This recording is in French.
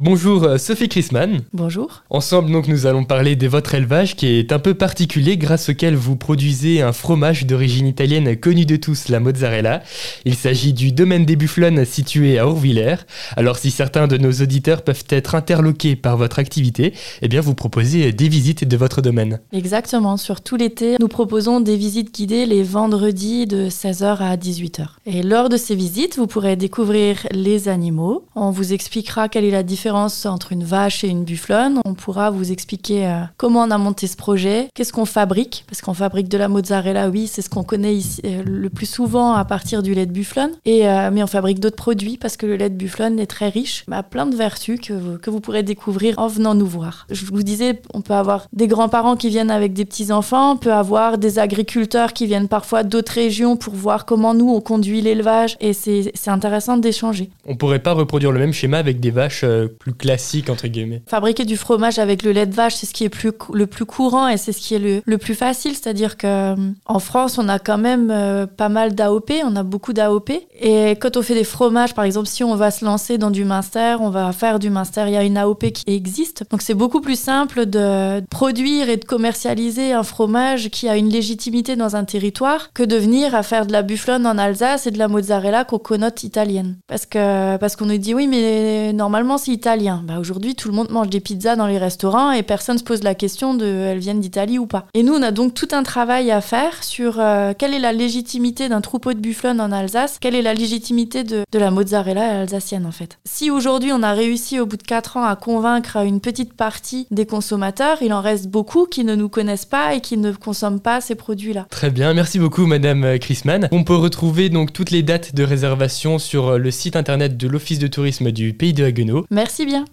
Bonjour Sophie Chrisman. Bonjour. Ensemble donc nous allons parler de votre élevage qui est un peu particulier grâce auquel vous produisez un fromage d'origine italienne connu de tous, la mozzarella. Il s'agit du domaine des Bufflones situé à Orvillers. Alors si certains de nos auditeurs peuvent être interloqués par votre activité, eh bien vous proposez des visites de votre domaine. Exactement, sur tout l'été, nous proposons des visites guidées les vendredis de 16h à 18h. Et lors de ces visites, vous pourrez découvrir les animaux. On vous expliquera quelle est la différence entre une vache et une bufflone. On pourra vous expliquer comment on a monté ce projet, qu'est-ce qu'on fabrique, parce qu'on fabrique de la mozzarella, oui, c'est ce qu'on connaît ici, le plus souvent à partir du lait de bufflone. Mais on fabrique d'autres produits parce que le lait de bufflone est très riche, a plein de vertus que vous pourrez découvrir en venant nous voir. Je vous disais, on peut avoir des grands-parents qui viennent avec des petits-enfants, on peut avoir des agriculteurs qui viennent parfois d'autres régions pour voir comment nous on conduit l'élevage, et c'est intéressant d'échanger. On pourrait pas reproduire le même schéma avec des vaches plus classique entre guillemets. Fabriquer du fromage avec le lait de vache, c'est ce qui est le plus courant et c'est ce qui est le plus facile. C'est-à-dire qu'en France, on a quand même pas mal d'AOP, on a beaucoup d'AOP. Et quand on fait des fromages, par exemple, si on va se lancer dans du Münster, on va faire du Münster, il y a une AOP qui existe. Donc c'est beaucoup plus simple de produire et de commercialiser un fromage qui a une légitimité dans un territoire que de venir à faire de la bufflone en Alsace et de la mozzarella qu'on connote italienne. Parce qu'on nous dit oui, mais normalement c'est italien. Aujourd'hui, tout le monde mange des pizzas dans les restaurants et personne se pose la question de elles viennent d'Italie ou pas. Et nous, on a donc tout un travail à faire sur quelle est la légitimité d'un troupeau de bufflone en Alsace, quelle est la légitimité de la mozzarella alsacienne en fait. Si aujourd'hui, on a réussi au bout de 4 ans à convaincre une petite partie des consommateurs, il en reste beaucoup qui ne nous connaissent pas et qui ne consomment pas ces produits-là. Très bien, merci beaucoup Madame Chrisman. On peut retrouver donc toutes les dates de réservation sur le site internet de l'Office de tourisme du Pays de Haguenau. Merci bien.